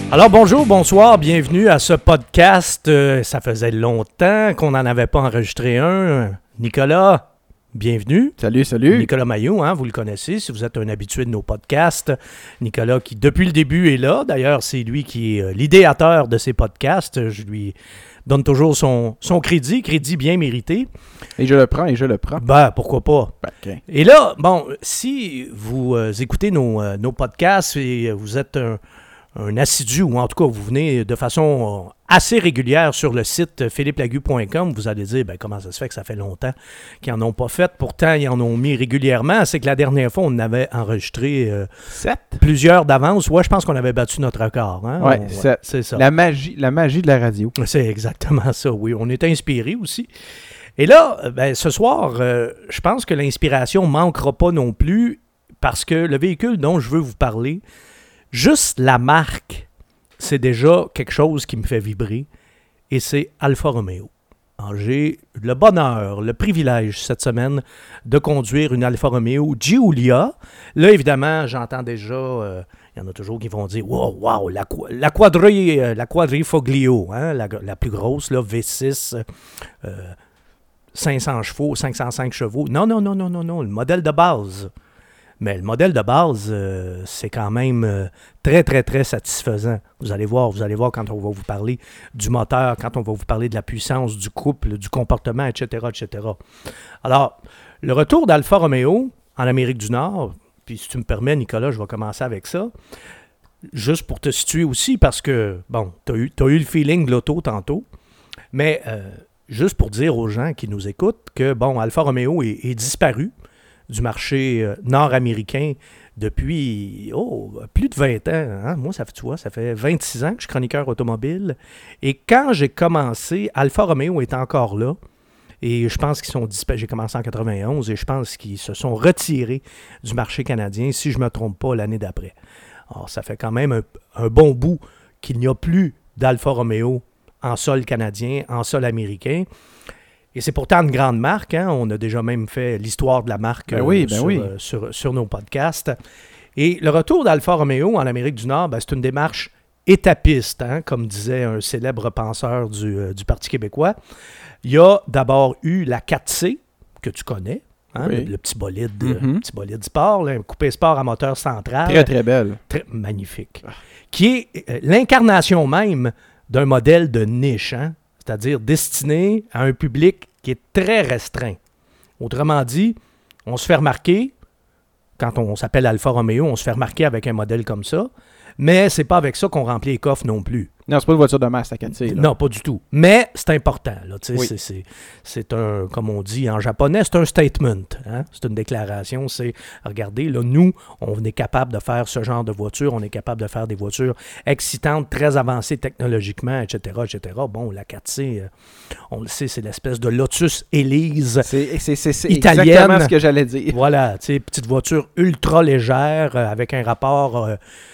Alors bonjour, bonsoir, bienvenue à ce podcast. Ça faisait longtemps qu'on n'en avait pas enregistré un. Nicolas, bienvenue. Salut. Nicolas Mailloux, vous le connaissez si vous êtes un habitué de nos podcasts. Nicolas qui depuis le début est là. D'ailleurs, c'est lui qui est l'idéateur de ces podcasts. Je lui donne toujours son crédit bien mérité. Et je le prends. Ben, pourquoi pas. Okay. Et là, bon, si vous écoutez nos podcasts et vous êtes un assidu, ou en tout cas, vous venez de façon assez régulière sur le site philippelagu.com, vous allez dire, comment ça se fait que ça fait longtemps qu'ils n'en ont pas fait. Pourtant, ils en ont mis régulièrement. C'est que la dernière fois, on avait enregistré 7 plusieurs d'avance. Ouais, je pense qu'on avait battu notre record. Ouais, 7. C'est ça. La magie de la radio. C'est exactement ça, oui. On est inspiré aussi. Et là, ce soir, je pense que l'inspiration ne manquera pas non plus parce que le véhicule dont je veux vous parler, juste la marque, c'est déjà quelque chose qui me fait vibrer, et c'est Alfa Romeo. Alors, j'ai le bonheur, le privilège cette semaine de conduire une Alfa Romeo Giulia. Là, évidemment, j'entends déjà, il y en a toujours qui vont dire « Wow, la Quadrifoglio, la plus grosse, là, V6, 500 chevaux, 505 chevaux. » Non, le modèle de base. Mais le modèle de base, c'est quand même très, très, très satisfaisant. Vous allez voir quand on va vous parler du moteur, quand on va vous parler de la puissance, du couple, du comportement, etc., etc. Alors, le retour d'Alfa Romeo en Amérique du Nord, puis si tu me permets, Nicolas, je vais commencer avec ça, juste pour te situer aussi, parce que, bon, tu as eu le feeling de l'auto tantôt, mais juste pour dire aux gens qui nous écoutent que, bon, Alfa Romeo est disparu du marché nord-américain depuis plus de 20 ans. Moi, ça fait 26 ans que je suis chroniqueur automobile. Et quand j'ai commencé, Alfa Romeo est encore là. Et je pense qu'ils sont disparus. J'ai commencé en 91 et je pense qu'ils se sont retirés du marché canadien, si je ne me trompe pas, l'année d'après. Alors, ça fait quand même un bon bout qu'il n'y a plus d'Alfa Romeo en sol canadien, en sol américain. Et c'est pourtant une grande marque. On a déjà même fait l'histoire de la marque sur nos podcasts. Et le retour d'Alfa Romeo en Amérique du Nord, c'est une démarche étapiste, comme disait un célèbre penseur du Parti québécois. Il y a d'abord eu la 4C, que tu connais, le petit bolide, petit bolide sport, là, un coupé sport à moteur central. Très, très belle. Magnifique. Qui est l'incarnation même d'un modèle de niche, c'est-à-dire destiné à un public qui est très restreint. Autrement dit, on se fait remarquer, quand on s'appelle Alfa Romeo, on se fait remarquer avec un modèle comme ça, mais c'est pas avec ça qu'on remplit les coffres non plus. Non, c'est pas une voiture de masse, la 4C. Non, pas du tout. Mais c'est important. Là, oui. C'est un, comme on dit en japonais, c'est un statement. C'est une déclaration. C'est, regardez, là, nous, on est capable de faire ce genre de voiture. On est capable de faire des voitures excitantes, très avancées technologiquement, etc., etc. Bon, la 4C, on le sait, c'est l'espèce de Lotus Elise c'est italienne. Exactement ce que j'allais dire. Voilà, petite voiture ultra légère avec un rapport...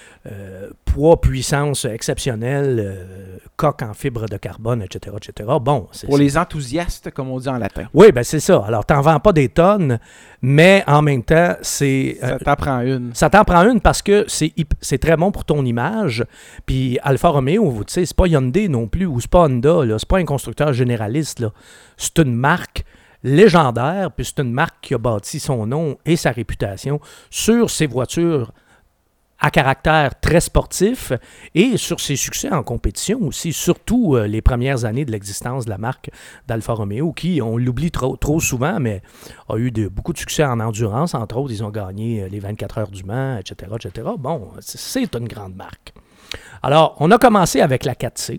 poids-puissance exceptionnelle, coque en fibre de carbone, etc., etc. Bon, pour les enthousiastes, comme on dit en latin. Oui, c'est ça. Alors, t'en vends pas des tonnes, mais en même temps, c'est... ça t'en prend une. Ça t'en prend une parce que c'est très bon pour ton image. Puis Alfa Romeo, tu sais, c'est pas Hyundai non plus, ou c'est pas Honda, là. C'est pas un constructeur généraliste, là. C'est une marque légendaire, puis c'est une marque qui a bâti son nom et sa réputation sur ses voitures à caractère très sportif et sur ses succès en compétition aussi, surtout les premières années de l'existence de la marque d'Alfa Romeo, qui, on l'oublie trop souvent, mais a eu beaucoup de succès en endurance. Entre autres, ils ont gagné les 24 heures du Mans, etc., etc. Bon, c'est une grande marque. Alors, on a commencé avec la 4C.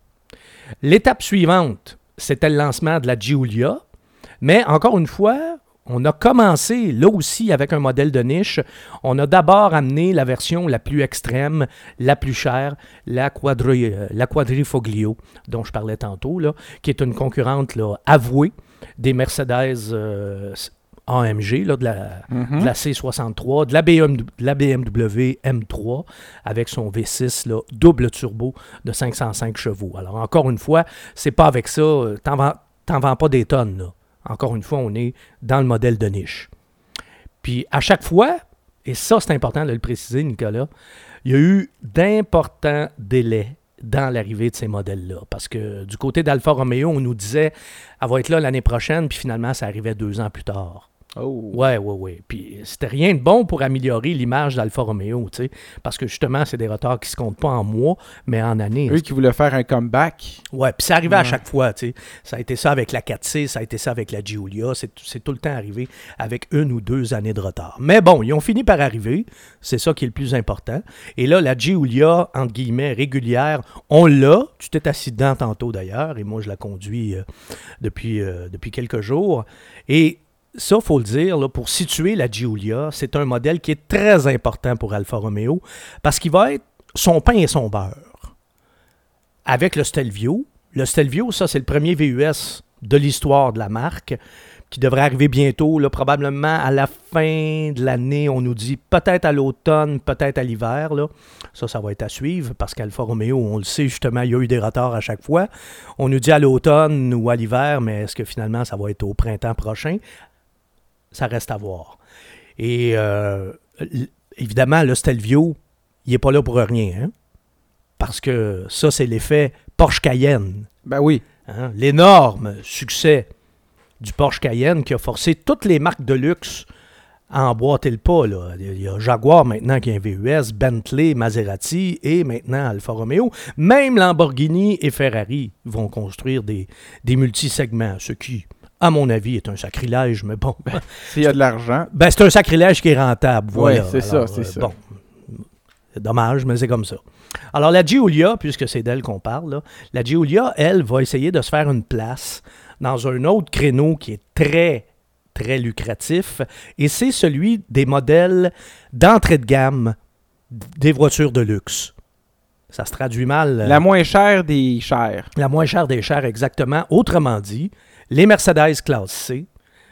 L'étape suivante, c'était le lancement de la Giulia, mais encore une fois... On a commencé, là aussi, avec un modèle de niche. On a d'abord amené la version la plus extrême, la plus chère, la Quadrifoglio, dont je parlais tantôt, là, qui est une concurrente là, avouée des Mercedes AMG, là, de la C63, de la BMW M3, avec son V6 là, double turbo de 505 chevaux. Alors, encore une fois, c'est pas avec ça, t'en vends pas des tonnes, là. Encore une fois, on est dans le modèle de niche. Puis, à chaque fois, et ça, c'est important de le préciser, Nicolas, il y a eu d'importants délais dans l'arrivée de ces modèles-là. Parce que du côté d'Alfa Romeo, on nous disait elle va être là l'année prochaine, puis finalement, ça arrivait 2 ans plus tard. Oh. Ouais. Puis c'était rien de bon pour améliorer l'image d'Alfa Romeo, tu sais. Parce que justement, c'est des retards qui se comptent pas en mois, mais en années. Eux qui voulaient faire un comeback. Ouais, puis ça arrivait à Ouais. chaque fois, tu sais. Ça a été ça avec la 4C, ça a été ça avec la Giulia. C'est tout le temps arrivé avec 1 ou 2 années de retard. Mais bon, ils ont fini par arriver. C'est ça qui est le plus important. Et là, la Giulia, entre guillemets, régulière, on l'a. Tu t'es assis dedans tantôt d'ailleurs, et moi, je la conduis depuis quelques jours. Et ça, il faut le dire, là, pour situer la Giulia, c'est un modèle qui est très important pour Alfa Romeo parce qu'il va être son pain et son beurre. Avec le Stelvio. Le Stelvio, ça, c'est le premier VUS de l'histoire de la marque qui devrait arriver bientôt, là, probablement à la fin de l'année. On nous dit peut-être à l'automne, peut-être à l'hiver. Là. Ça va être à suivre parce qu'Alfa Romeo, on le sait justement, il y a eu des retards à chaque fois. On nous dit à l'automne ou à l'hiver, mais est-ce que finalement ça va être au printemps prochain? Ça reste à voir. Et évidemment, le Stelvio, il n'est pas là pour rien. Hein? Parce que ça, c'est l'effet Porsche Cayenne. Ben oui. Hein? L'énorme succès du Porsche Cayenne qui a forcé toutes les marques de luxe à emboîter le pas. Là. Il y a Jaguar maintenant qui a un VUS, Bentley, Maserati et maintenant Alfa Romeo. Même Lamborghini et Ferrari vont construire des multisegments, ce qui, à mon avis, est un sacrilège, mais bon. S'il y a de l'argent. Ben, c'est un sacrilège qui est rentable, voilà. Oui, c'est Alors, ça, c'est ça. Bon, c'est dommage, mais c'est comme ça. Alors, la Giulia, puisque c'est d'elle qu'on parle, là, la Giulia, elle, va essayer de se faire une place dans un autre créneau qui est très, très lucratif, et c'est celui des modèles d'entrée de gamme des voitures de luxe. Ça se traduit mal. La moins chère des chères. La moins chère des chères, exactement. Autrement dit, les Mercedes Classe C,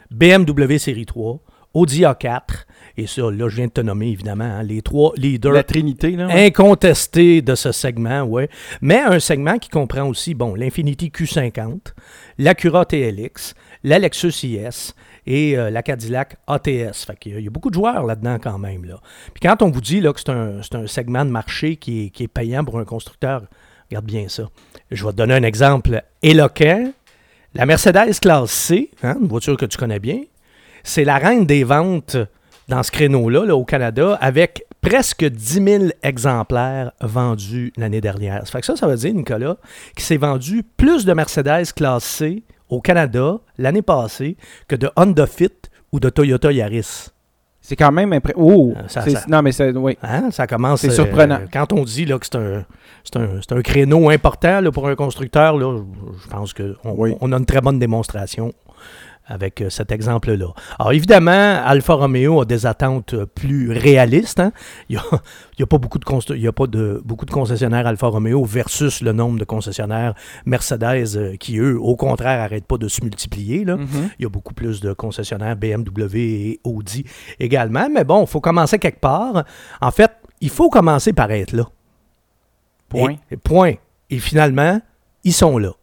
BMW Série 3, Audi A4, et ça, là, je viens de te nommer, évidemment, hein, les 3 leaders La Trinité, là. Ouais. incontestés de ce segment, ouais. Mais un segment qui comprend aussi, bon, l'Infiniti Q50, l'Acura TLX, la Lexus IS et la Cadillac ATS. Fait qu'il y a beaucoup de joueurs là-dedans quand même, là. Puis quand on vous dit là, que c'est un segment de marché qui est payant pour un constructeur, regarde bien ça. Je vais te donner un exemple éloquent. La Mercedes Classe C, hein, une voiture que tu connais bien, c'est la reine des ventes dans ce créneau-là, là, au Canada, avec presque 10 000 exemplaires vendus l'année dernière. Ça fait que ça veut dire, Nicolas, qu'il s'est vendu plus de Mercedes Classe C au Canada l'année passée que de Honda Fit ou de Toyota Yaris. C'est quand même impressionnant. Oh! Non, mais c'est... Oui. Hein? Ça commence... C'est surprenant. Quand on dit là, que c'est un créneau important là, pour un constructeur, là, je pense qu'on a une très bonne démonstration avec cet exemple-là. Alors, évidemment, Alfa Romeo a des attentes plus réalistes. Hein? Il n'y a pas beaucoup de concessionnaires Alfa Romeo versus le nombre de concessionnaires Mercedes qui, eux, au contraire, n'arrêtent pas de se multiplier. Là. Mm-hmm. Il y a beaucoup plus de concessionnaires BMW et Audi également. Mais bon, il faut commencer quelque part. En fait, il faut commencer par être là. Point. Point. Et finalement, ils sont là.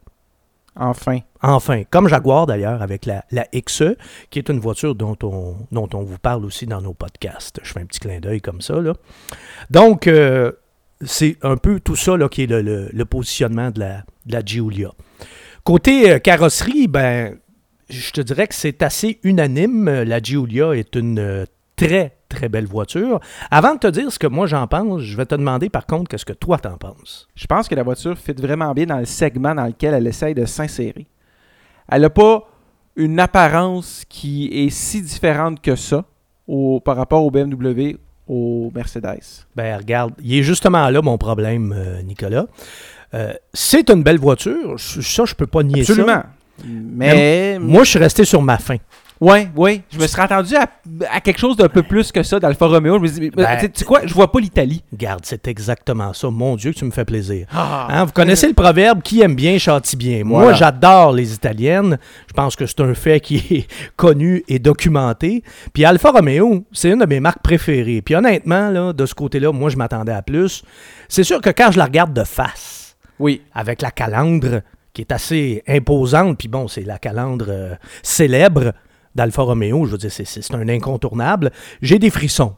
Enfin, comme Jaguar d'ailleurs, avec la XE, qui est une voiture dont on vous parle aussi dans nos podcasts. Je fais un petit clin d'œil comme ça, là. Donc, c'est un peu tout ça là, qui est le positionnement de la Giulia. Côté carrosserie, ben, je te dirais que c'est assez unanime. La Giulia est une très, très belle voiture. Avant de te dire ce que moi j'en pense, je vais te demander par contre qu'est-ce que toi t'en penses. Je pense que la voiture fit vraiment bien dans le segment dans lequel elle essaye de s'insérer. Elle n'a pas une apparence qui est si différente que ça par rapport au BMW, au Mercedes. Ben regarde, il est justement là mon problème, Nicolas. C'est une belle voiture, ça je peux pas nier ça. Absolument. Mais moi je suis resté sur ma faim. Oui. Je me serais attendu à quelque chose d'un peu plus que ça d'Alfa Romeo. Je me dis, tu sais quoi, je vois pas l'Italie. Regarde, c'est exactement ça. Mon Dieu, que tu me fais plaisir. Hein, vous connaissez le proverbe, qui aime bien châtie bien. Moi, Voilà. J'adore les Italiennes. Je pense que c'est un fait qui est connu et documenté. Puis Alfa Romeo, c'est une de mes marques préférées. Puis honnêtement, là, de ce côté-là, moi, je m'attendais à plus. C'est sûr que quand je la regarde de face, Oui. avec la calandre qui est assez imposante, puis bon, c'est la calandre célèbre d'Alfa Romeo, je veux dire, c'est un incontournable. J'ai des frissons.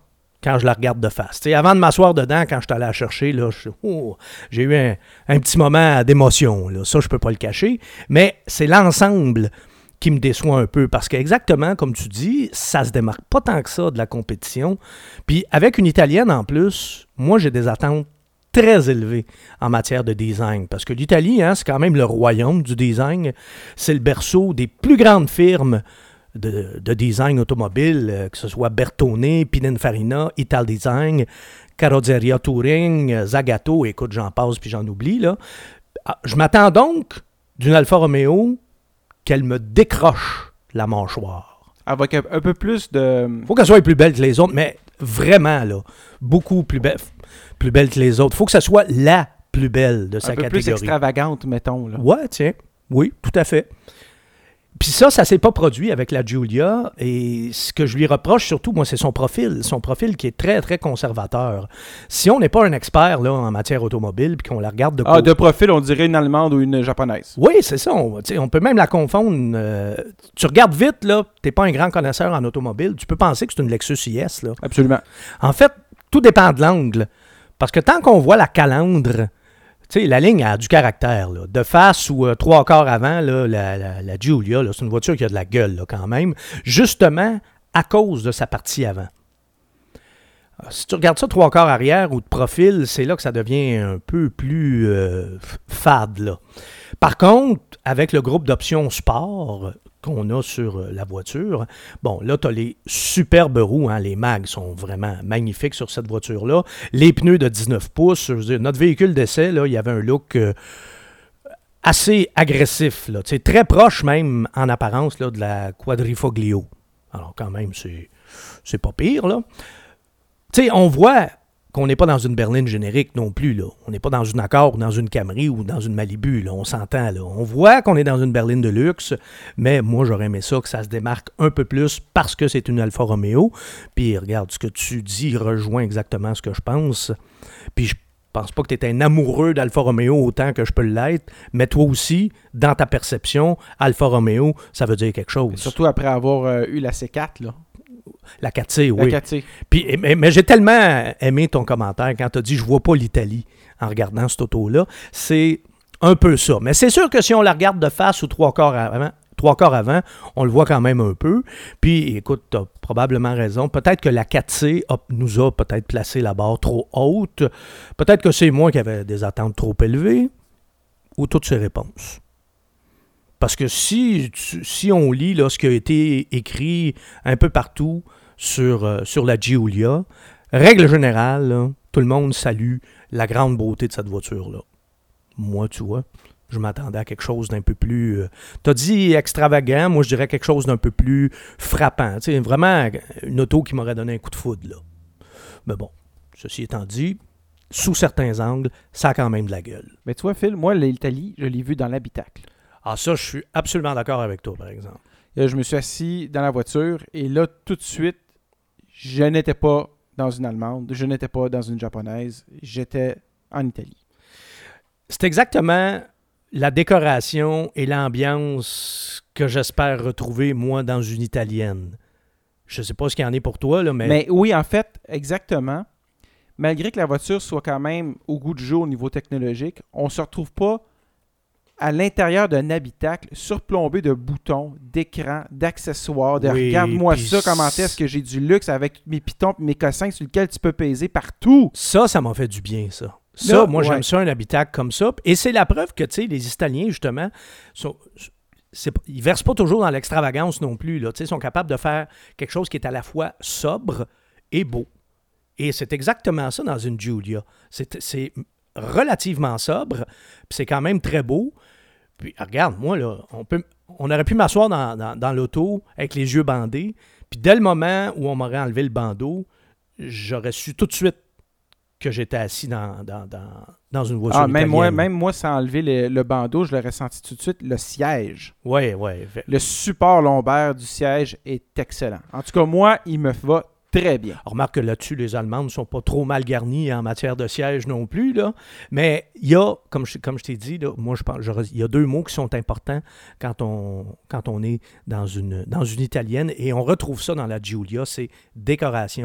quand je la regarde de face. T'sais, avant de m'asseoir dedans, quand je suis allé la chercher, là, j'ai eu un petit moment d'émotion. Là. Ça, je peux pas le cacher. Mais c'est l'ensemble qui me déçoit un peu. Parce qu'exactement, comme tu dis, ça se démarque pas tant que ça de la compétition. Puis avec une Italienne en plus, moi, j'ai des attentes très élevées en matière de design. Parce que l'Italie, hein, c'est quand même le royaume du design. C'est le berceau des plus grandes firmes de design automobile, que ce soit Bertone, Pininfarina, Italdesign, Carrozzeria Touring, Zagato, écoute, j'en passe puis j'en oublie. Là. Je m'attends donc d'une Alfa Romeo qu'elle me décroche la mâchoire. Avec un peu plus de... Faut qu'elle soit plus belle que les autres, mais vraiment, là, beaucoup plus belle que les autres. Faut que ça soit la plus belle de sa catégorie. Un peu plus extravagante, mettons. Là. Ouais, tiens. Oui, tout à fait. Puis ça s'est pas produit avec la Giulia. Et ce que je lui reproche surtout, moi, c'est son profil. Son profil qui est très, très conservateur. Si on n'est pas un expert là, en matière automobile puis qu'on la regarde de de profil, on dirait une Allemande ou une Japonaise. Oui, c'est ça. On peut même la confondre. Tu regardes vite, là, tu n'es pas un grand connaisseur en automobile. Tu peux penser que c'est une Lexus IS. Là. Absolument. En fait, tout dépend de l'angle. Parce que tant qu'on voit la calandre... Tu sais, la ligne a du caractère. Là. De face ou 3/4 avant, là, la Giulia, là, c'est une voiture qui a de la gueule là, quand même, justement à cause de sa partie avant. Alors, si tu regardes ça 3/4 arrière ou de profil, c'est là que ça devient un peu plus fade. Là. Par contre, avec le groupe d'options sport qu'on a sur la voiture, bon, là, tu as les superbes roues, hein, les mags sont vraiment magnifiques sur cette voiture-là. Les pneus de 19 pouces, je veux dire, notre véhicule d'essai, là, il y avait un look assez agressif, là, très proche même en apparence là, de la Quadrifoglio. Alors quand même, c'est pas pire, là. Tu sais, on voit qu'on n'est pas dans une berline générique non plus, là. On n'est pas dans une Accord ou dans une Camry ou dans une Malibu, là. On s'entend, là. On voit qu'on est dans une berline de luxe, mais moi, j'aurais aimé ça, que ça se démarque un peu plus parce que c'est une Alfa Romeo. Puis, regarde, ce que tu dis rejoint exactement ce que je pense. Puis, je pense pas que tu es un amoureux d'Alfa Romeo autant que je peux l'être, mais toi aussi, dans ta perception, Alfa Romeo, ça veut dire quelque chose. Surtout après avoir eu la C4, là. La 4C, oui. La 4C. Puis, mais j'ai tellement aimé ton commentaire quand tu as dit « je vois pas l'Italie » en regardant cette auto-là. C'est un peu ça. Mais c'est sûr que si on la regarde de face ou 3/4 avant, on le voit quand même un peu. Puis, écoute, tu as probablement raison. Peut-être que la 4C nous a peut-être placé la barre trop haute. Peut-être que c'est moi qui avais des attentes trop élevées. Ou toutes ces réponses. Parce que si on lit là, ce qui a été écrit un peu partout sur la Giulia, règle générale, là, tout le monde salue la grande beauté de cette voiture-là. Moi, tu vois, je m'attendais à quelque chose d'un peu plus... t'as dit extravagant, moi je dirais quelque chose d'un peu plus frappant. Tu sais, vraiment une auto qui m'aurait donné un coup de foudre, là. Mais bon, ceci étant dit, sous certains angles, ça a quand même de la gueule. Mais tu vois, Phil, moi, l'Italie, je l'ai vu dans l'habitacle. Ah, ça, je suis absolument d'accord avec toi, par exemple. Je me suis assis dans la voiture et là, tout de suite, je n'étais pas dans une Allemande, je n'étais pas dans une Japonaise, j'étais en Italie. C'est exactement la décoration et l'ambiance que j'espère retrouver, moi, dans une Italienne. Je ne sais pas ce qu'il y en est pour toi, là, mais... Mais oui, en fait, exactement. Malgré que la voiture soit quand même au goût du jour au niveau technologique, on ne se retrouve pas à l'intérieur d'un habitacle surplombé de boutons, d'écrans, d'accessoires, de oui, regarde-moi ça, comment est-ce que j'ai du luxe avec tous mes pitons et mes cossins sur lesquels tu peux peser partout. Ça m'a fait du bien, ça. Ça, là, moi, ouais. J'aime ça, un habitacle comme ça. Et c'est la preuve que, tu sais, les Italiens, justement, ils ne versent pas toujours dans l'extravagance non plus. Là. Ils sont capables de faire quelque chose qui est à la fois sobre et beau. Et c'est exactement ça dans une Giulia. C'est relativement sobre, puis c'est quand même très beau. Puis regarde, moi, là, on aurait pu m'asseoir dans l'auto avec les yeux bandés, puis dès le moment où on m'aurait enlevé le bandeau, j'aurais su tout de suite que j'étais assis dans une voiture italienne. Même moi, sans enlever le bandeau, je l'aurais senti tout de suite, le siège. Oui. Le support lombaire du siège est excellent. En tout cas, moi, il me va très bien. Remarque que là-dessus, les Allemandes ne sont pas trop mal garnies en matière de siège non plus, là. Mais il y a, comme je t'ai dit, là, moi je pense, il y a deux mots qui sont importants quand on est dans une italienne, et on retrouve ça dans la Giulia, c'est décoration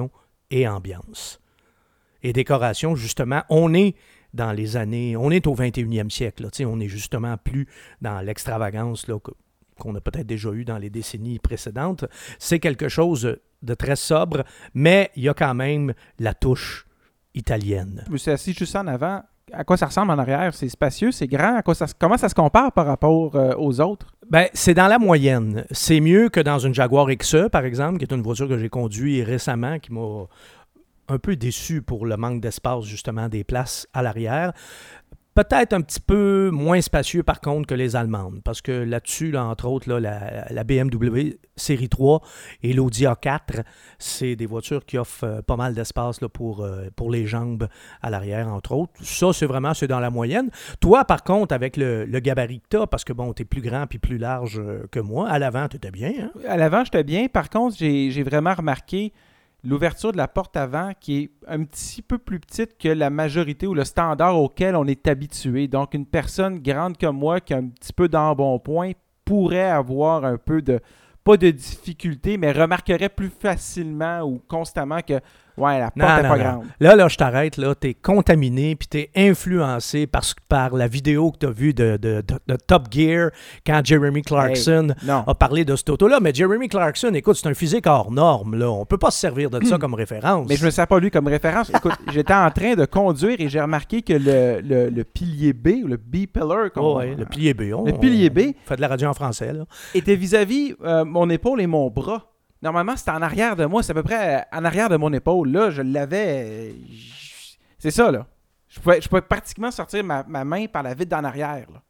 et ambiance. Et décoration, justement, on est dans les années... On est au 21e siècle. Là, on n'est justement plus dans l'extravagance là, qu'on a peut-être déjà eu dans les décennies précédentes. C'est quelque chose de très sobre, mais il y a quand même la touche italienne. Je me suis assis juste en avant. À quoi ça ressemble en arrière? C'est spacieux, c'est grand. Comment ça se compare par rapport aux autres? Ben, c'est dans la moyenne. C'est mieux que dans une Jaguar XE, par exemple, qui est une voiture que j'ai conduite récemment, qui m'a un peu déçu pour le manque d'espace, justement, des places à l'arrière. Peut-être un petit peu moins spacieux, par contre, que les Allemandes. Parce que là-dessus, là, entre autres, là, la BMW Série 3 et l'Audi A4, c'est des voitures qui offrent pas mal d'espace là, pour les jambes à l'arrière, entre autres. Ça, c'est dans la moyenne. Toi, par contre, avec le gabarit que tu as, parce que, bon, tu es plus grand puis plus large que moi, à l'avant, tu étais bien. Hein? À l'avant, j'étais bien. Par contre, j'ai vraiment remarqué l'ouverture de la porte avant qui est un petit peu plus petite que la majorité ou le standard auquel on est habitué. Donc, une personne grande comme moi qui a un petit peu d'embonpoint pourrait avoir un peu de, pas de difficulté, mais remarquerait plus facilement ou constamment que ouais, la porte n'est pas grande. Là, je t'arrête. Là, t'es contaminé puis t'es influencé par la vidéo que t'as vue de Top Gear quand Jeremy Clarkson a parlé de cette auto-là. Mais Jeremy Clarkson, écoute, c'est un physique hors norme. Là. On peut pas se servir de ça comme référence. Mais je me sers pas lui comme référence. Écoute, j'étais en train de conduire et j'ai remarqué que le pilier B, ou le B-pillar, le pilier B. Le pilier B. Fait de la radio en français. Là. Était vis-à-vis mon épaule et mon bras. Normalement, c'était en arrière de moi. C'est à peu près en arrière de mon épaule. Là, je l'avais... C'est ça, là. Je pouvais pratiquement sortir ma main par la vitre d'en arrière. Là.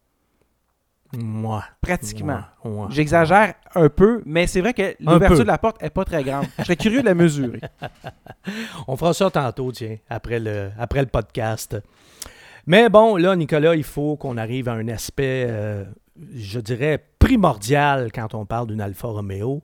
Moi. Pratiquement. Moi. J'exagère un peu, mais c'est vrai que l'ouverture de la porte n'est pas très grande. Je serais curieux de la mesurer. On fera ça tantôt, tiens, après le podcast. Mais bon, là, Nicolas, il faut qu'on arrive à un aspect, je dirais, primordial quand on parle d'une Alfa Romeo.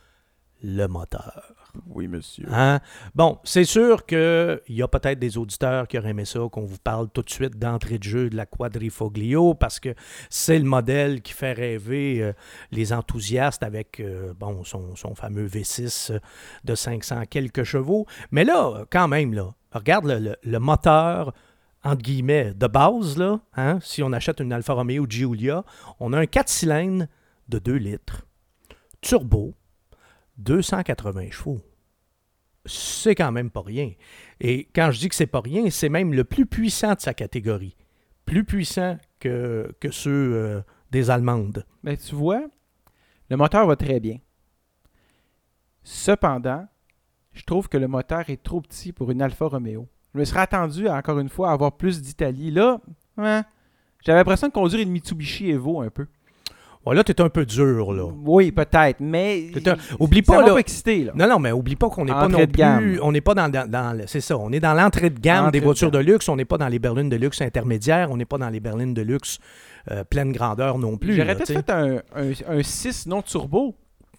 Le moteur. Oui, monsieur. Hein? Bon, c'est sûr qu'il y a peut-être des auditeurs qui auraient aimé ça, qu'on vous parle tout de suite d'entrée de jeu de la Quadrifoglio, parce que c'est le modèle qui fait rêver les enthousiastes avec son fameux V6 de 500 quelques chevaux. Mais là, quand même, là, regarde le moteur, entre guillemets, de base, là, hein? Si on achète une Alfa Romeo Giulia, on a un 4 cylindres de 2 litres, turbo, 280 chevaux. C'est quand même pas rien. Et quand je dis que c'est pas rien, c'est même le plus puissant de sa catégorie. Plus puissant que ceux des Allemandes. Mais tu vois, le moteur va très bien. Cependant, je trouve que le moteur est trop petit pour une Alfa Romeo. Je me serais attendu, encore une fois, à avoir plus d'Italie. Là, j'avais l'impression de conduire une Mitsubishi Evo un peu. Ouais, là, t'es un peu dur, là. Oui, peut-être, mais oublie pas, ça m'a là, pas excité, là. Non, mais oublie pas qu'on n'est pas non plus... On n'est pas dans c'est ça, on est dans l'entrée de gamme des voitures de luxe, on n'est pas dans les berlines de luxe intermédiaires, on n'est pas dans les berlines de luxe pleine grandeur non plus. J'aurais peut-être fait un 6 non turbo.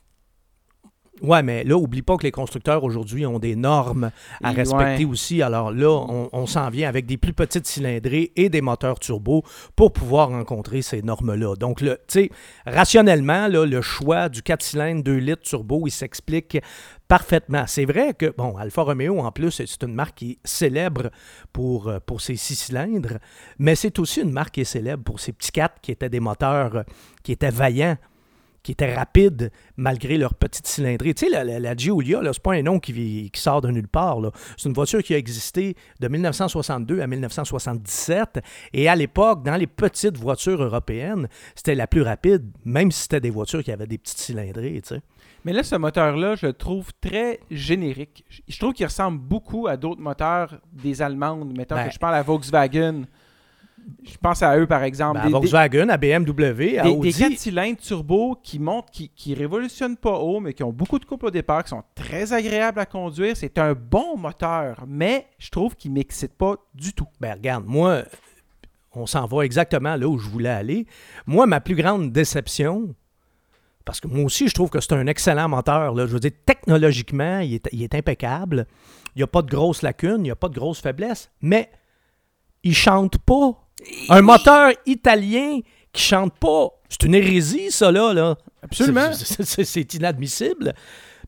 Ouais, mais là, oublie pas que les constructeurs aujourd'hui ont des normes à respecter aussi. Alors là, on s'en vient avec des plus petites cylindrées et des moteurs turbo pour pouvoir rencontrer ces normes-là. Donc, tu sais, rationnellement, là, le choix du 4 cylindres 2 litres turbo, il s'explique parfaitement. C'est vrai que, bon, Alfa Romeo, en plus, c'est une marque qui est célèbre pour ses 6 cylindres, mais c'est aussi une marque qui est célèbre pour ses petits 4 qui étaient des moteurs qui étaient vaillants, qui étaient rapides malgré leur petite cylindrée. Tu sais, la Giulia, c'est pas un nom qui sort de nulle part. Là. C'est une voiture qui a existé de 1962 à 1977. Et à l'époque, dans les petites voitures européennes, c'était la plus rapide, même si c'était des voitures qui avaient des petites cylindrées. Tu sais. Mais là, ce moteur-là, je le trouve très générique. Je trouve qu'il ressemble beaucoup à d'autres moteurs des Allemandes. Mettons que je parle à Volkswagen. Je pense à eux, par exemple. À Volkswagen, à BMW, à Audi. Des 4 cylindres turbo qui montent, qui révolutionnent pas haut, mais qui ont beaucoup de couple au départ, qui sont très agréables à conduire. C'est un bon moteur, mais je trouve qu'il ne m'excite pas du tout. Ben regarde, moi, on s'en va exactement là où je voulais aller. Moi, ma plus grande déception, parce que moi aussi, je trouve que c'est un excellent moteur. Là. Je veux dire, technologiquement, il est impeccable. Il n'y a pas de grosses lacunes, il n'y a pas de grosses faiblesses, mais il ne chante pas. Un moteur italien qui chante pas, c'est une hérésie, ça, là. Absolument. C'est inadmissible.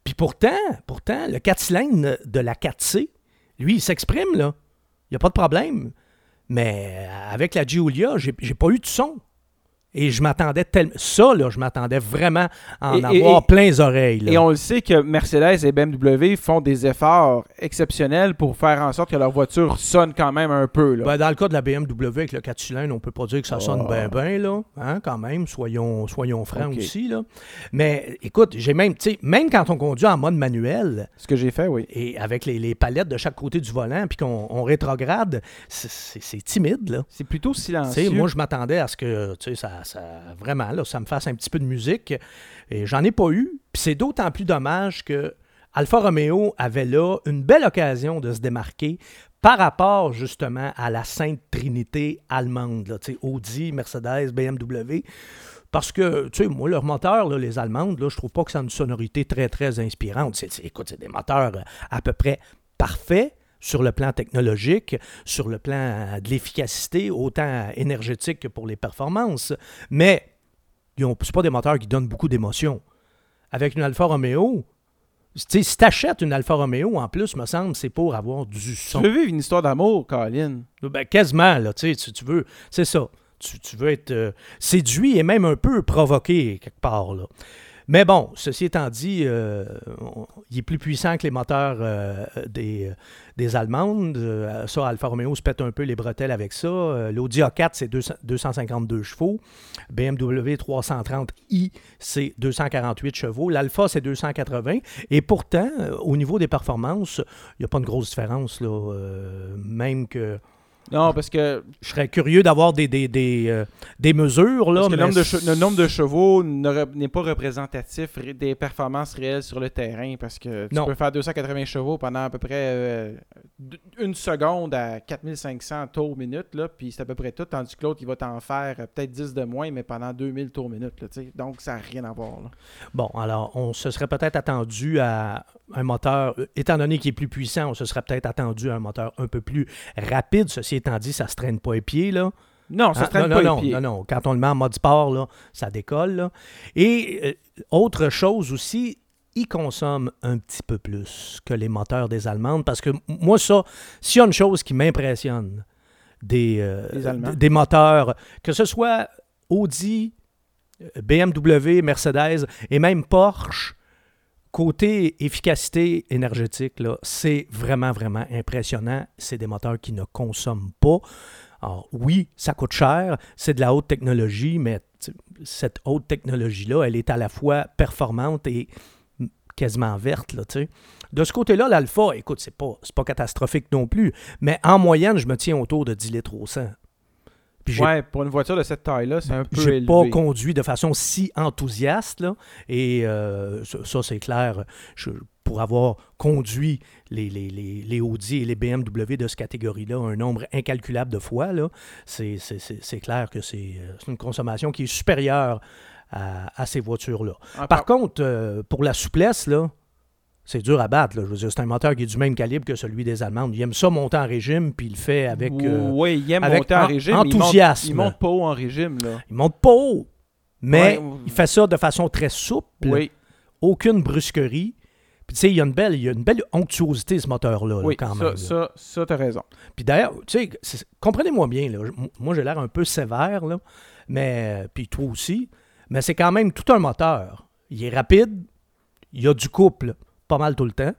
Puis pourtant, le 4 cylindres de la 4C, lui, il s'exprime, là. Il n'y a pas de problème. Mais avec la Giulia, j'ai pas eu de son. Et je m'attendais tellement... Ça, là, je m'attendais vraiment à en avoir plein les oreilles. Là. Et on le sait que Mercedes et BMW font des efforts exceptionnels pour faire en sorte que leur voiture sonne quand même un peu. Là. Ben, dans le cas de la BMW avec le 4 cylindres, on peut pas dire que ça sonne bien, là. Hein, quand même, soyons francs aussi. Là. Mais écoute, j'ai même quand on conduit en mode manuel... Ce que j'ai fait, oui. Et avec les palettes de chaque côté du volant, puis qu'on rétrograde, c'est timide, là. C'est plutôt silencieux. Moi, je m'attendais à ce que vraiment, là, ça me fasse un petit peu de musique. Et j'en ai pas eu. Puis c'est d'autant plus dommage que Alfa Romeo avait là une belle occasion de se démarquer par rapport justement à la Sainte Trinité allemande. Là, Audi, Mercedes, BMW. Parce que, moi, leurs moteurs, là, les Allemandes, là, je trouve pas que ça a une sonorité très, très inspirante. Écoute, c'est des moteurs à peu près parfaits. Sur le plan technologique, sur le plan de l'efficacité, autant énergétique que pour les performances. Mais ce ne sont pas des moteurs qui donnent beaucoup d'émotions. Avec une Alfa Romeo, si tu achètes une Alfa Romeo, en plus, me semble, c'est pour avoir du son. Tu veux vivre une histoire d'amour, Colin? Ben, quasiment, là, tu veux... C'est ça. Tu veux être séduit et même un peu provoqué, quelque part, là. Mais bon, ceci étant dit, il est plus puissant que les moteurs des Allemandes. Ça, Alfa Romeo se pète un peu les bretelles avec ça. L'Audi A4, c'est 252 chevaux. BMW 330i, c'est 248 chevaux. L'Alfa, c'est 280. Et pourtant, au niveau des performances, il n'y a pas une grosse différence, là. Même que... Non, parce que... Je serais curieux d'avoir des mesures. Là, parce que le nombre de chevaux n'est pas représentatif des performances réelles sur le terrain, parce que tu peux faire 280 chevaux pendant à peu près une seconde à 4500 tours minute, là, puis c'est à peu près tout, tandis que l'autre, il va t'en faire peut-être 10 de moins, mais pendant 2000 tours minute. Là, donc, ça n'a rien à voir. Là. Bon, alors, on se serait peut-être attendu à un moteur, étant donné qu'il est plus puissant, on se serait peut-être attendu à un moteur un peu plus rapide. Ceci étant dit, ça ne se traîne pas les pieds, là. Non, ça ne se traîne pas les pieds. Non. Quand on le met en mode sport, là, ça décolle. Là. Et autre chose aussi, il consomme un petit peu plus que les moteurs des Allemandes. Parce que moi, ça, s'il y a une chose qui m'impressionne des moteurs, que ce soit Audi, BMW, Mercedes et même Porsche, côté efficacité énergétique, là, c'est vraiment, vraiment impressionnant. C'est des moteurs qui ne consomment pas. Alors, oui, ça coûte cher, c'est de la haute technologie, mais cette haute technologie-là, elle est à la fois performante et quasiment verte. Là, de ce côté-là, l'Alfa, écoute, c'est pas catastrophique non plus, mais en moyenne, je me tiens autour de 10 litres au 100. Puis pour une voiture de cette taille-là, c'est un peu élevé. J'ai pas conduit de façon si enthousiaste, là, et ça, c'est clair. Pour avoir conduit les Audi et les BMW de cette catégorie-là un nombre incalculable de fois, là, c'est clair que c'est une consommation qui est supérieure à ces voitures-là. Par contre, pour la souplesse, là, c'est dur à battre. Là. Je veux dire, c'est un moteur qui est du même calibre que celui des Allemandes. Il aime ça monter en régime, puis il le fait avec oui, il aime monter en régime. Enthousiasme. Il monte pas haut en régime. Là. Il monte pas haut, mais il fait ça de façon très souple. Oui. Aucune brusquerie. Puis tu sais, il y a une belle onctuosité, ce moteur-là, oui, là, quand même. Ça, t'as raison. Puis d'ailleurs, tu sais, comprenez-moi bien, là, moi j'ai l'air un peu sévère, là, mais puis toi aussi, mais c'est quand même tout un moteur. Il est rapide, il y a du couple pas mal tout le temps.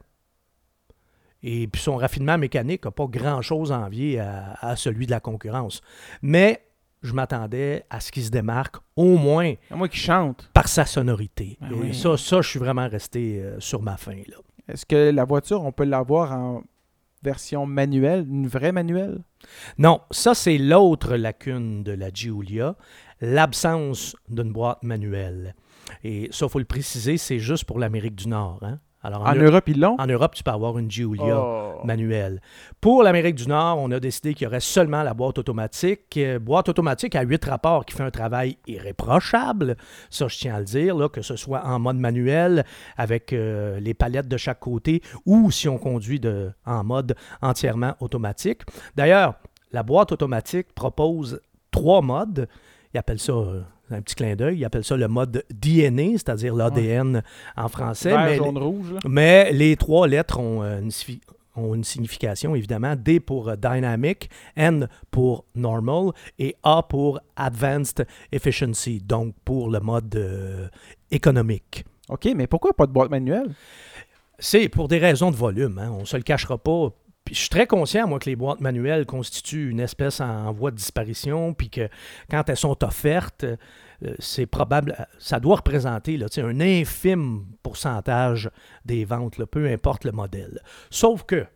Et puis son raffinement mécanique n'a pas grand-chose à envier à celui de la concurrence. Mais je m'attendais à ce qu'il se démarque au moins qu'il chante par sa sonorité. Ben et oui. ça, je suis vraiment resté sur ma faim. Là. Est-ce que la voiture, on peut l'avoir en version manuelle, une vraie manuelle? Non, ça c'est l'autre lacune de la Giulia, l'absence d'une boîte manuelle. Et ça, il faut le préciser, c'est juste pour l'Amérique du Nord. Hein? Alors, en Europe, ils l'ont? En Europe, tu peux avoir une Giulia manuelle. Pour l'Amérique du Nord, on a décidé qu'il y aurait seulement la boîte automatique. Boîte automatique à 8 rapports qui fait un travail irréprochable. Ça, je tiens à le dire, là, que ce soit en mode manuel, avec les palettes de chaque côté, ou si on conduit en mode entièrement automatique. D'ailleurs, la boîte automatique propose 3 modes. Ils appellent ça un petit clin d'œil. Ils appellent ça le mode DNA, c'est-à-dire l'ADN en français. Vert, jaune, rouge. Là. Mais les 3 lettres ont une signification, évidemment. D pour Dynamic, N pour Normal et A pour Advanced Efficiency, donc pour le mode économique. OK, mais pourquoi pas de boîte manuelle? C'est pour des raisons de volume, hein. On ne se le cachera pas. Puis je suis très conscient, moi, que les boîtes manuelles constituent une espèce en voie de disparition, puis que quand elles sont offertes, c'est probable, ça doit représenter là, un infime pourcentage des ventes, là, peu importe le modèle. Sauf que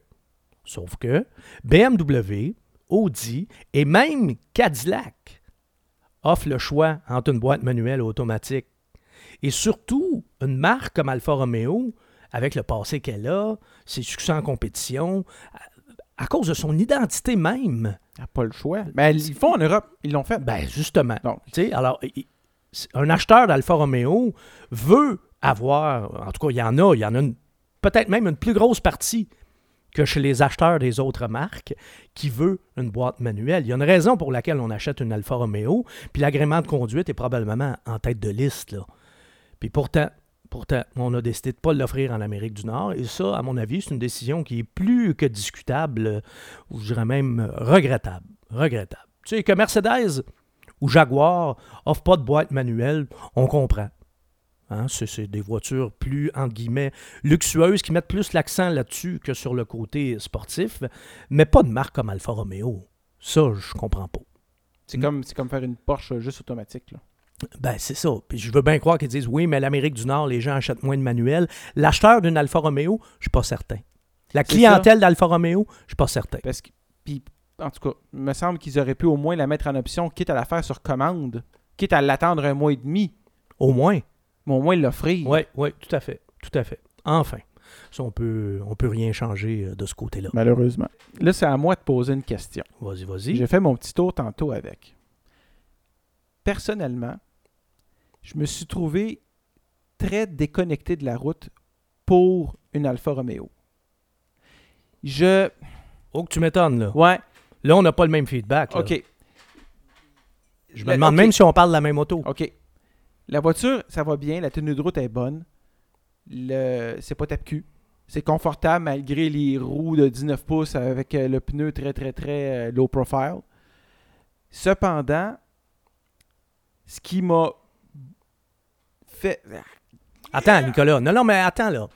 BMW, Audi et même Cadillac offrent le choix entre une boîte manuelle ou automatique. Et surtout, une marque comme Alfa Romeo, avec le passé qu'elle a, ses succès en compétition, à cause de son identité même. Elle n'a pas le choix. Mais ils font en Europe. Ils l'ont fait. Ben justement. Alors, un acheteur d'Alfa Romeo veut avoir, en tout cas, il y en a peut-être même une plus grosse partie que chez les acheteurs des autres marques qui veut une boîte manuelle. Il y a une raison pour laquelle on achète une Alfa Romeo, puis l'agrément de conduite est probablement en tête de liste, là. Puis pourtant, on a décidé de ne pas l'offrir en Amérique du Nord. Et ça, à mon avis, c'est une décision qui est plus que discutable, ou je dirais même regrettable. Regrettable. Tu sais, que Mercedes ou Jaguar n'offrent pas de boîte manuelle, on comprend. Hein, c'est des voitures plus, entre guillemets, luxueuses qui mettent plus l'accent là-dessus que sur le côté sportif, mais pas de marque comme Alfa Romeo. Ça, je comprends pas. C'est comme faire une Porsche juste automatique, là. Ben, c'est ça. Puis je veux bien croire qu'ils disent oui, mais l'Amérique du Nord, les gens achètent moins de manuels. L'acheteur d'une Alfa Romeo, je suis pas certain. La clientèle d'Alfa Romeo, je suis pas certain. Parce que, puis, en tout cas, il me semble qu'ils auraient pu au moins la mettre en option, quitte à la faire sur commande, quitte à l'attendre 1 mois et demi. Au moins. Mais au moins l'offrir. Oui, tout à fait. Tout à fait. Enfin. Ça, on peut rien changer de ce côté-là. Malheureusement. Là, c'est à moi de poser une question. Vas-y. J'ai fait mon petit tour tantôt avec. Personnellement, je me suis trouvé très déconnecté de la route pour une Alfa Romeo. Oh, que tu m'étonnes, là. Ouais. Là, on n'a pas le même feedback. Là. OK. Je me demande même si on parle de la même auto. OK. La voiture, ça va bien. La tenue de route est bonne. C'est pas tape-cul. C'est confortable malgré les roues de 19 pouces avec le pneu très, très, très low profile. Cependant, ce qui m'a fait... Attends, Nicolas. Non, mais attends, là.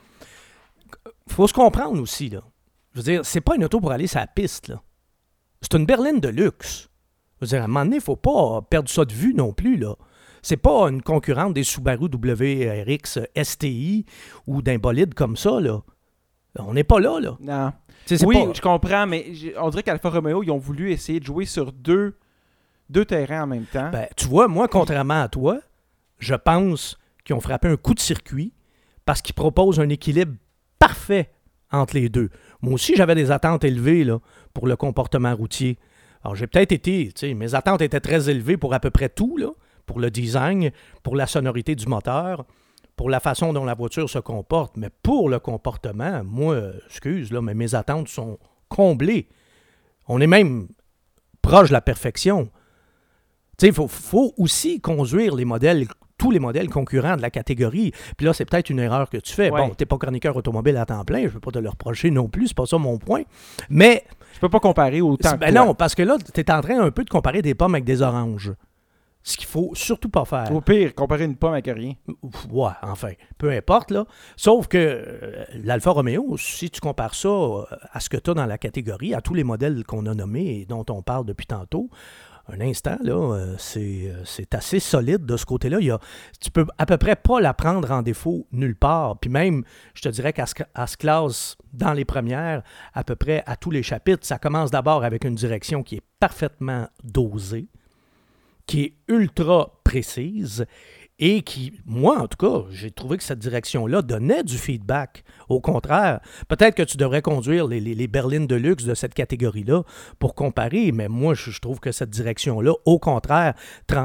Faut se comprendre aussi, là. Je veux dire, c'est pas une auto pour aller sur la piste, là. C'est une berline de luxe. Je veux dire, à un moment donné, il faut pas perdre ça de vue non plus, là. C'est pas une concurrente des Subaru WRX STI ou d'un bolide comme ça, là. On n'est pas là, là. Non. Oui, je comprends, mais on dirait qu'Alfa Romeo, ils ont voulu essayer de jouer sur deux terrains en même temps. Ben, tu vois, moi, contrairement à toi, je pense qu'ils ont frappé un coup de circuit parce qu'ils proposent un équilibre parfait entre les deux. Moi aussi, j'avais des attentes élevées là, pour le comportement routier. Alors, j'ai peut-être été, mes attentes étaient très élevées pour à peu près tout, là, pour le design, pour la sonorité du moteur, pour la façon dont la voiture se comporte. Mais pour le comportement, moi, excuse, là, mais mes attentes sont comblées. On est même proche de la perfection. Tu sais, il faut aussi conduire tous les modèles concurrents de la catégorie. Puis là, c'est peut-être une erreur que tu fais. Ouais. Bon, tu n'es pas chroniqueur automobile à temps plein, je ne veux pas te le reprocher non plus, c'est pas ça mon point. Mais... Je peux pas comparer autant que toi. Non, parce que là, tu es en train un peu de comparer des pommes avec des oranges. Ce qu'il faut surtout pas faire. Au pire, comparer une pomme avec rien. Ouais, enfin, peu importe, là. Sauf que l'Alfa Romeo, si tu compares ça à ce que tu as dans la catégorie, à tous les modèles qu'on a nommés et dont on parle depuis tantôt, un instant, là, c'est assez solide de ce côté-là. Tu peux à peu près pas la prendre en défaut nulle part. Puis même, je te dirais qu'à se classe dans les premières, à peu près à tous les chapitres, ça commence d'abord avec une direction qui est parfaitement dosée, qui est ultra précise et qui, moi en tout cas, j'ai trouvé que cette direction-là donnait du feedback. Au contraire, peut-être que tu devrais conduire les berlines de luxe de cette catégorie-là pour comparer, mais moi je trouve que cette direction-là, au contraire,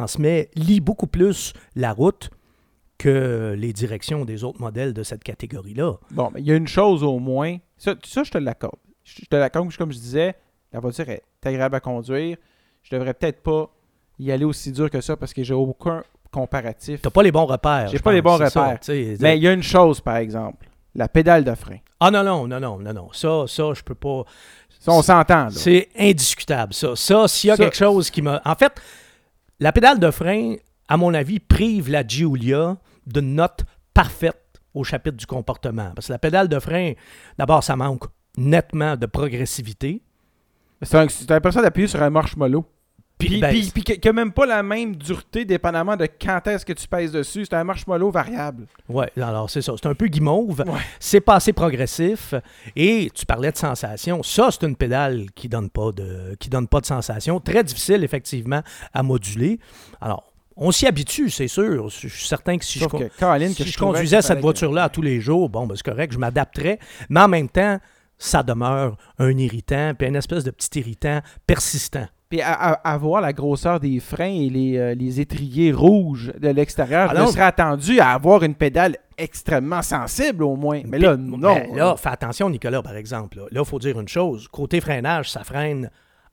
lie beaucoup plus la route que les directions des autres modèles de cette catégorie-là. Bon, mais il y a une chose au moins, ça je te l'accorde. Je te l'accorde, comme je disais, la voiture est agréable à conduire. Je devrais peut-être pas y aller aussi dur que ça parce que j'ai comparatif. T'as pas les bons repères. J'ai pas les bons c'est ça, repères. tu sais. Mais il y a une chose, par exemple. La pédale de frein. Ah non. Ça, je peux pas... Ça, on s'entend, là. C'est indiscutable, ça. Ça, s'il y a Ça- quelque chose qui m'a... En fait, la pédale de frein, à mon avis, prive la Giulia d'une note parfaite au chapitre du comportement. Parce que la pédale de frein, d'abord, ça manque nettement de progressivité. C'est l'impression d'appuyer sur un marshmallow. Puis ben, qu'il n'y a même pas la même dureté dépendamment de quand est-ce que tu pèses dessus. C'est un marshmallow variable. ouais, alors c'est ça. C'est un peu guimauve. Ouais. C'est pas assez progressif. Et tu parlais de sensation. Ça, c'est une pédale qui donne pas de sensation. Très difficile, effectivement, à moduler. Alors, on s'y habitue, c'est sûr. Je suis certain que si Sauf que Caroline, si que je trouvais conduisais qu'il cette fallait voiture-là à tous les jours, bon, ben, c'est correct, je m'adapterais. Mais en même temps, ça demeure un irritant, puis une espèce de petit irritant persistant. Puis à voir la grosseur des freins et les étriers rouges de l'extérieur, je Alors, me serais attendu à avoir une pédale extrêmement sensible au moins. Mais là, non. Ben, là, fais attention, Nicolas, par exemple. Là, il faut dire une chose. Côté freinage, ça freine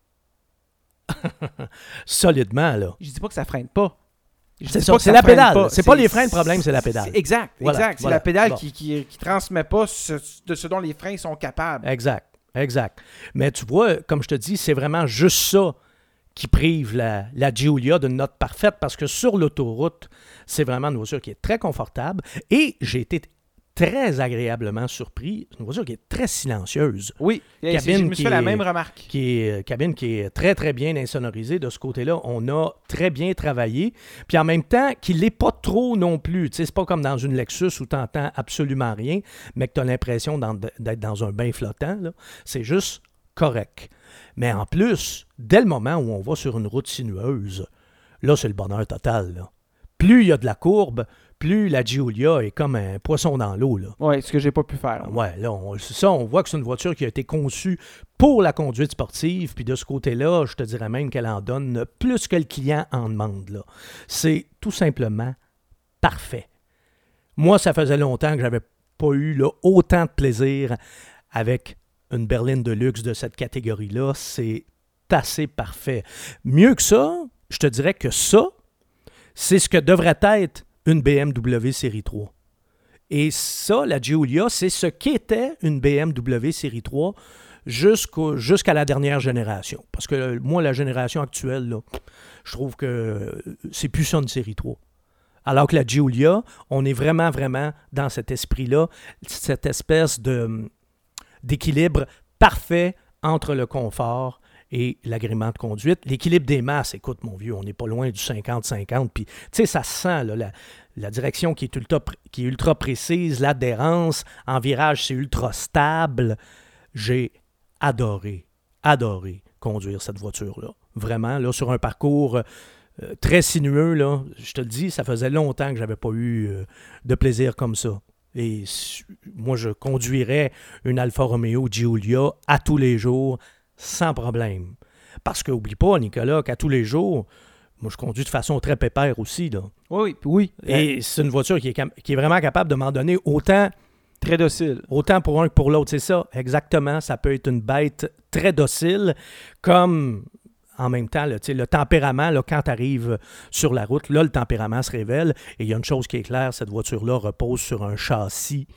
solidement, là. Je dis pas que ça freine pas. Je C'est dis ça, pas que c'est ça la freine pédale. pas. C'est pas les freins le problème, c'est la pédale. Exact, Voilà, exact. C'est voilà. la pédale Bon. qui transmet pas de ce dont les freins sont capables. Exact. Mais tu vois, comme je te dis, c'est vraiment juste ça qui prive la Giulia d'une note parfaite parce que sur l'autoroute, c'est vraiment une voiture qui est très confortable et j'ai été très agréablement surpris. C'est une voiture qui est très silencieuse. Oui, Cabine je me suis qui fait la est- même remarque. Cabine qui est très, très bien insonorisée de ce côté-là. On a très bien travaillé. Puis en même temps, qu'il l'est pas trop non plus. Tu sais, c'est pas comme dans une Lexus où tu n'entends absolument rien, mais que tu as l'impression d'être dans un bain flottant. Là. C'est juste correct. Mais en plus, dès le moment où on va sur une route sinueuse, là, c'est le bonheur total. Là. Plus il y a de la courbe, plus la Giulia est comme un poisson dans l'eau. Là. Oui, ce que j'ai pas pu faire. Ouais, là, on voit que c'est une voiture qui a été conçue pour la conduite sportive, puis de ce côté-là, je te dirais même qu'elle en donne plus que le client en demande. Là. C'est tout simplement parfait. Moi, ça faisait longtemps que j'avais pas eu là, autant de plaisir avec une berline de luxe de cette catégorie-là. C'est assez parfait. Mieux que ça, je te dirais que ça, c'est ce que devrait être une BMW Série 3. Et ça, la Giulia, c'est ce qu'était une BMW Série 3 jusqu'à la dernière génération. Parce que moi, la génération actuelle, là, je trouve que c'est plus ça une Série 3. Alors que la Giulia, on est vraiment, vraiment dans cet esprit-là, cette espèce d'équilibre parfait entre le confort et l'agrément de conduite. L'équilibre des masses, écoute, mon vieux, on n'est pas loin du 50-50. Puis, tu sais, ça se sent, là, la direction qui est ultra précise, l'adhérence, en virage, c'est ultra stable. J'ai adoré conduire cette voiture-là. Vraiment, là, sur un parcours très sinueux, là, je te le dis, ça faisait longtemps que je n'avais pas eu de plaisir comme ça. Et moi, je conduirais une Alfa Romeo Giulia à tous les jours, sans problème. Parce que, oublie pas, Nicolas, qu'à tous les jours, moi, je conduis de façon très pépère aussi, là. Oui. Et c'est une voiture qui est vraiment capable de m'en donner autant Très docile. Autant pour un que pour l'autre, c'est ça, exactement. Ça peut être une bête très docile, comme en même temps, là, le tempérament, là, quand tu arrives sur la route, là, le tempérament se révèle. Et il y a une chose qui est claire, cette voiture-là repose sur un châssis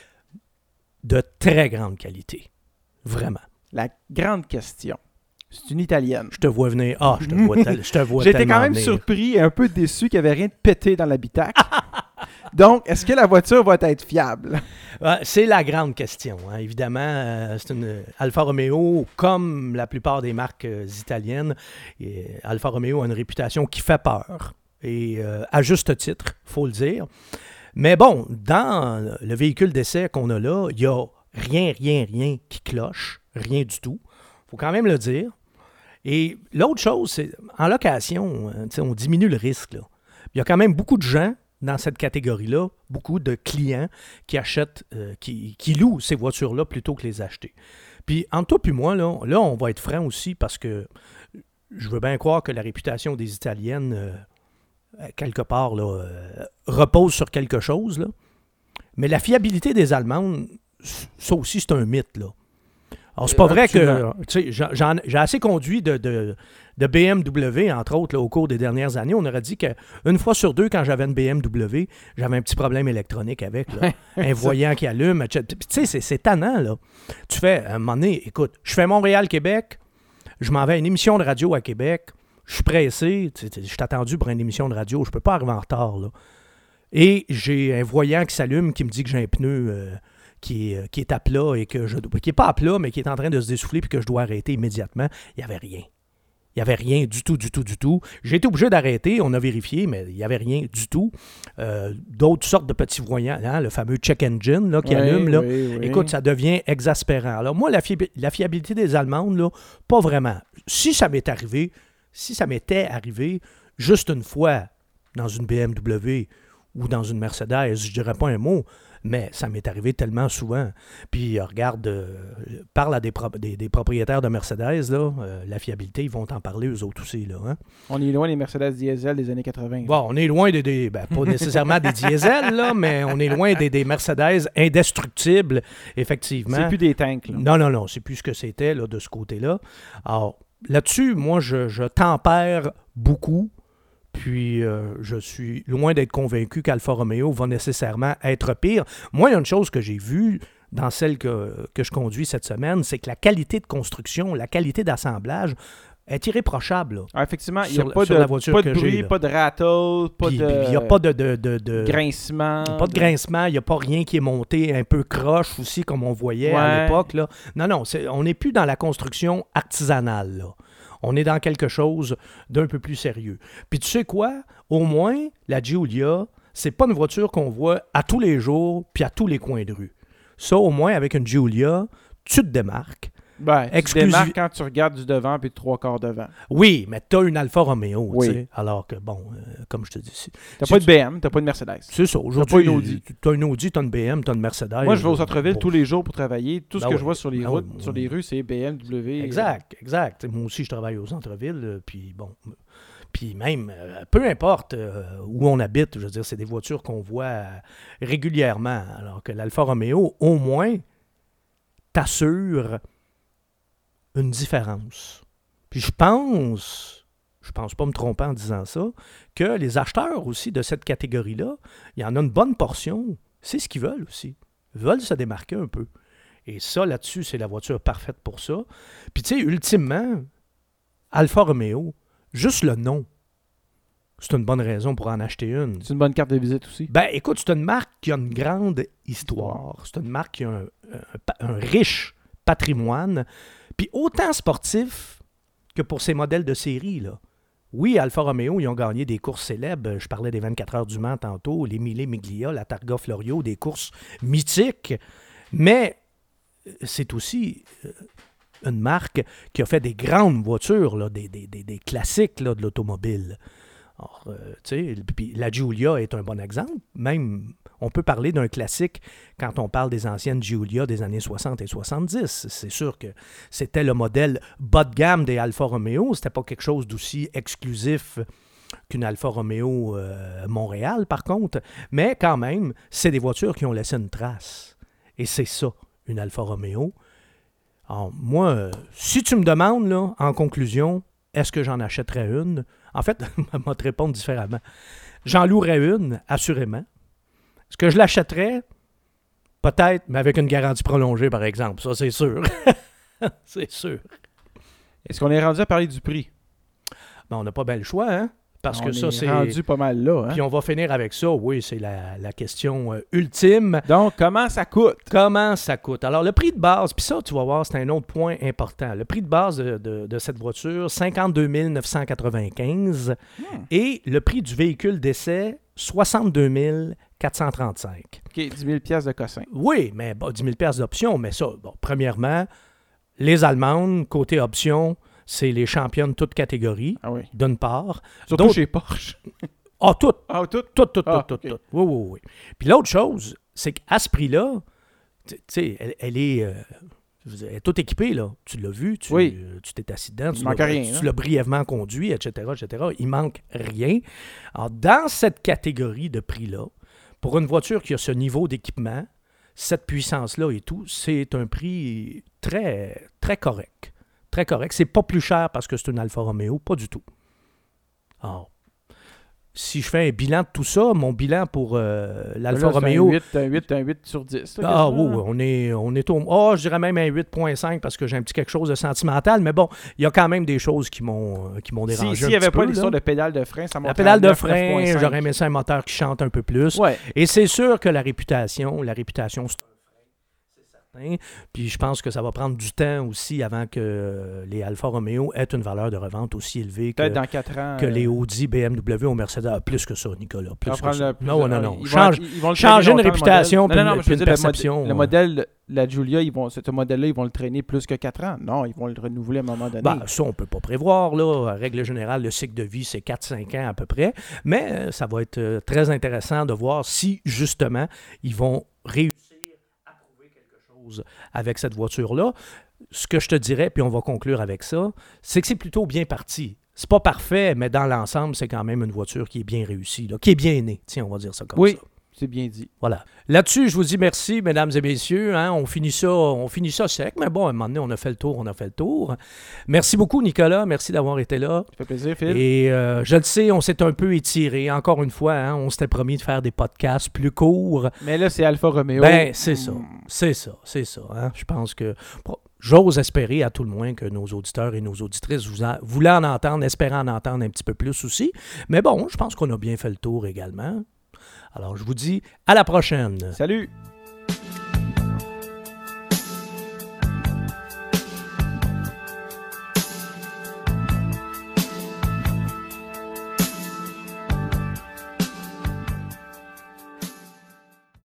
de très grande qualité. Vraiment. La grande question. C'est une Italienne. Je te vois venir. Ah, je te vois tellement J'étais quand même venir. surpris et un peu déçu qu'il n'y avait rien de pété dans l'habitacle. Donc, est-ce que la voiture va être fiable? C'est la grande question. Hein. Évidemment, c'est une Alfa Romeo, comme la plupart des marques italiennes. Et Alfa Romeo a une réputation qui fait peur. Et à juste titre, il faut le dire. Mais bon, dans le véhicule d'essai qu'on a là, il n'y a rien qui cloche. Rien du tout. Il faut quand même le dire. Et l'autre chose, c'est en location, on diminue le risque. Là. Il y a quand même beaucoup de gens dans cette catégorie-là, beaucoup de clients qui achètent, qui louent ces voitures-là plutôt que les acheter. Puis, entre toi et moi, là, on va être franc aussi parce que je veux bien croire que la réputation des Italiennes, quelque part, là, repose sur quelque chose. Là. Mais la fiabilité des Allemandes, ça aussi, c'est un mythe. Là. Alors, c'est pas vrai que... Absolument. Tu sais, j'ai assez conduit de BMW, entre autres, là, au cours des dernières années. On aurait dit qu'une fois sur deux, quand j'avais une BMW, j'avais un petit problème électronique avec, là. Un voyant qui allume, etc. Puis, tu sais, c'est tannant, là. Tu fais, à un moment donné, écoute, je fais Montréal-Québec, je m'en vais à une émission de radio à Québec, je suis pressé, je suis attendu pour une émission de radio, je peux pas arriver en retard, là. Et j'ai un voyant qui s'allume qui me dit que j'ai un pneu qui est à plat et que qui n'est pas à plat, mais qui est en train de se dessouffler puis que je dois arrêter immédiatement. Il n'y avait rien. Il n'y avait rien du tout. J'ai été obligé d'arrêter, on a vérifié, mais il n'y avait rien du tout. D'autres sortes de petits voyants, hein, le fameux check engine là, qui allume. Là. Oui. Écoute, ça devient exaspérant. Alors moi, la fiabilité des Allemandes, là, pas vraiment. Si ça m'était arrivé juste une fois dans une BMW ou dans une Mercedes, je dirais pas un mot, mais ça m'est arrivé tellement souvent. Puis regarde, parle à des propriétaires de Mercedes, là, la fiabilité, ils vont t'en parler eux autres aussi. Là, hein? On est loin des Mercedes diesel des années 80. Bon, on est loin pas nécessairement des diesels, là, mais on est loin des Mercedes indestructibles, effectivement. C'est plus des tanks. Là. Non, c'est plus ce que c'était là, de ce côté-là. Alors, là-dessus, moi, je tempère beaucoup. Puis, je suis loin d'être convaincu qu'Alfa Romeo va nécessairement être pire. Moi, il y a une chose que j'ai vue dans celle que je conduis cette semaine, c'est que la qualité de construction, la qualité d'assemblage est irréprochable. Là, ah, effectivement, il n'y sur a pas la voiture pas que de bruit, j'ai, là. pas de rattle, pas Puis, de il n'y a pas de grincement. Pas de grincement, il n'y a pas rien qui est monté un peu croche aussi, comme on voyait à l'époque. Là. Non, on n'est plus dans la construction artisanale, là. On est dans quelque chose d'un peu plus sérieux. Puis tu sais quoi? Au moins, la Giulia, c'est pas une voiture qu'on voit à tous les jours puis à tous les coins de rue. Ça, au moins, avec une Giulia, tu te démarques. Ben, tu te démarques quand tu regardes du devant puis de 3/4 devant. Oui, mais tu as une Alfa Romeo, oui. Tu sais. Alors que, bon, comme je te dis... T'as pas de BM, t'as pas de Mercedes. C'est ça. Aujourd'hui, t'as pas une Audi. T'as une Audi, t'as une BM, t'as une Mercedes. Moi, je vais au centre-ville tous les jours pour travailler. Tout ce que oui. je vois sur les routes, sur les rues, c'est BMW. Exact. Moi aussi, je travaille au centre-ville, puis bon... Puis même, peu importe où on habite, je veux dire, c'est des voitures qu'on voit régulièrement. Alors que l'Alfa Romeo, au moins, t'assure une différence. Puis je pense pas me tromper en disant ça, que les acheteurs aussi de cette catégorie-là, il y en a une bonne portion, c'est ce qu'ils veulent aussi. Ils veulent se démarquer un peu. Et ça, là-dessus, c'est la voiture parfaite pour ça. Puis tu sais, ultimement, Alfa Romeo, juste le nom, c'est une bonne raison pour en acheter une. C'est une bonne carte de visite aussi. Ben, écoute, c'est une marque qui a une grande histoire. C'est une marque qui a un riche patrimoine. Puis autant sportif que pour ses modèles de série, là. Oui, Alfa Romeo, ils ont gagné des courses célèbres. Je parlais des 24 heures du Mans tantôt, les Mille Miglia, la Targa Florio, des courses mythiques. Mais c'est aussi une marque qui a fait des grandes voitures, là, des classiques là, de l'automobile. Alors, tu sais, puis la Giulia est un bon exemple. Même, on peut parler d'un classique quand on parle des anciennes Giulia des années 60 et 70. C'est sûr que c'était le modèle bas de gamme des Alfa Romeo. C'était pas quelque chose d'aussi exclusif qu'une Alfa Romeo Montréal, par contre. Mais quand même, c'est des voitures qui ont laissé une trace. Et c'est ça, une Alfa Romeo. Alors, moi, si tu me demandes, là, en conclusion, est-ce que j'en achèterais une? En fait, je vais te répondre différemment. J'en louerais une, assurément. Est-ce que je l'achèterais? Peut-être, mais avec une garantie prolongée, par exemple. Ça, c'est sûr. C'est sûr. Est-ce qu'on est rendu à parler du prix? Ben, on n'a pas bien le choix, hein? Parce que ça, c'est... On est rendu pas mal là, hein? Puis on va finir avec ça. Oui, c'est la question ultime. Donc, comment ça coûte? Comment ça coûte? Alors, le prix de base, puis ça, tu vas voir, c'est un autre point important. Le prix de base de cette voiture, 52 995. Et le prix du véhicule d'essai, 62 435. OK, 10 000 de cossin. Oui, mais 10 000 d'options. Mais ça, bon, premièrement, les Allemandes, côté option, c'est les championnes toutes catégories, d'une part. Surtout chez Porsche. Toutes. Toutes. Okay. Toutes. Oui. Puis l'autre chose, c'est qu'à ce prix-là, tu sais, elle est toute équipée, là. Tu l'as vu, tu t'es assis dedans, tu l'as brièvement conduit, etc. Il manque rien. Alors, dans cette catégorie de prix-là, pour une voiture qui a ce niveau d'équipement, cette puissance-là et tout, c'est un prix très, très correct. Très correct. C'est pas plus cher parce que c'est une Alfa Romeo, pas du tout. Alors, si je fais un bilan de tout ça, mon bilan pour l'Alfa Romeo... C'est un 8 sur 10. Là, oui, on est au... Oh, je dirais même un 8.5 parce que j'ai un petit quelque chose de sentimental, mais bon, il y a quand même des choses qui m'ont dérangé S'il n'y avait pas l'histoire de pédale de frein, ça monterait. La pédale de 9, frein, 9.5. j'aurais aimé ça un moteur qui chante un peu plus. Ouais. Et c'est sûr que la réputation, c'est un frein, c'est certain. Puis je pense que ça va prendre du temps aussi avant que les Alfa Romeo aient une valeur de revente aussi élevée Peut-être dans 4 ans. que les Audi, BMW ou Mercedes. Ah, plus que ça, Nicolas. Plus que ça. Non. Ils vont Changer une réputation puis puis une perception. Le modèle, la Giulia, ce modèle-là, ils vont le traîner plus que 4 ans. Non, ils vont le renouveler à un moment donné. Ben, ça, on ne peut pas prévoir. Là. En règle générale, le cycle de vie, c'est 4-5 ans à peu près. Mais ça va être très intéressant de voir si, justement, ils vont réussir à trouver quelque chose avec cette voiture-là. Ce que je te dirais, puis on va conclure avec ça, c'est que c'est plutôt bien parti. C'est pas parfait, mais dans l'ensemble, c'est quand même une voiture qui est bien réussie, là, qui est bien née. Tiens, on va dire ça comme ça. Oui, c'est bien dit. Voilà. Là-dessus, je vous dis merci, mesdames et messieurs. Hein, on finit ça sec, mais bon, à un moment donné, on a fait le tour. Merci beaucoup, Nicolas. Merci d'avoir été là. Ça fait plaisir, Phil. Et je le sais, on s'est un peu étiré. Encore une fois, hein, on s'était promis de faire des podcasts plus courts. Mais là, c'est Alfa Romeo. Ben, c'est ça. Hein. Je pense que... J'ose espérer à tout le moins que nos auditeurs et nos auditrices voulaient en entendre, espéraient en entendre un petit peu plus aussi. Mais bon, je pense qu'on a bien fait le tour également. Alors, je vous dis à la prochaine. Salut!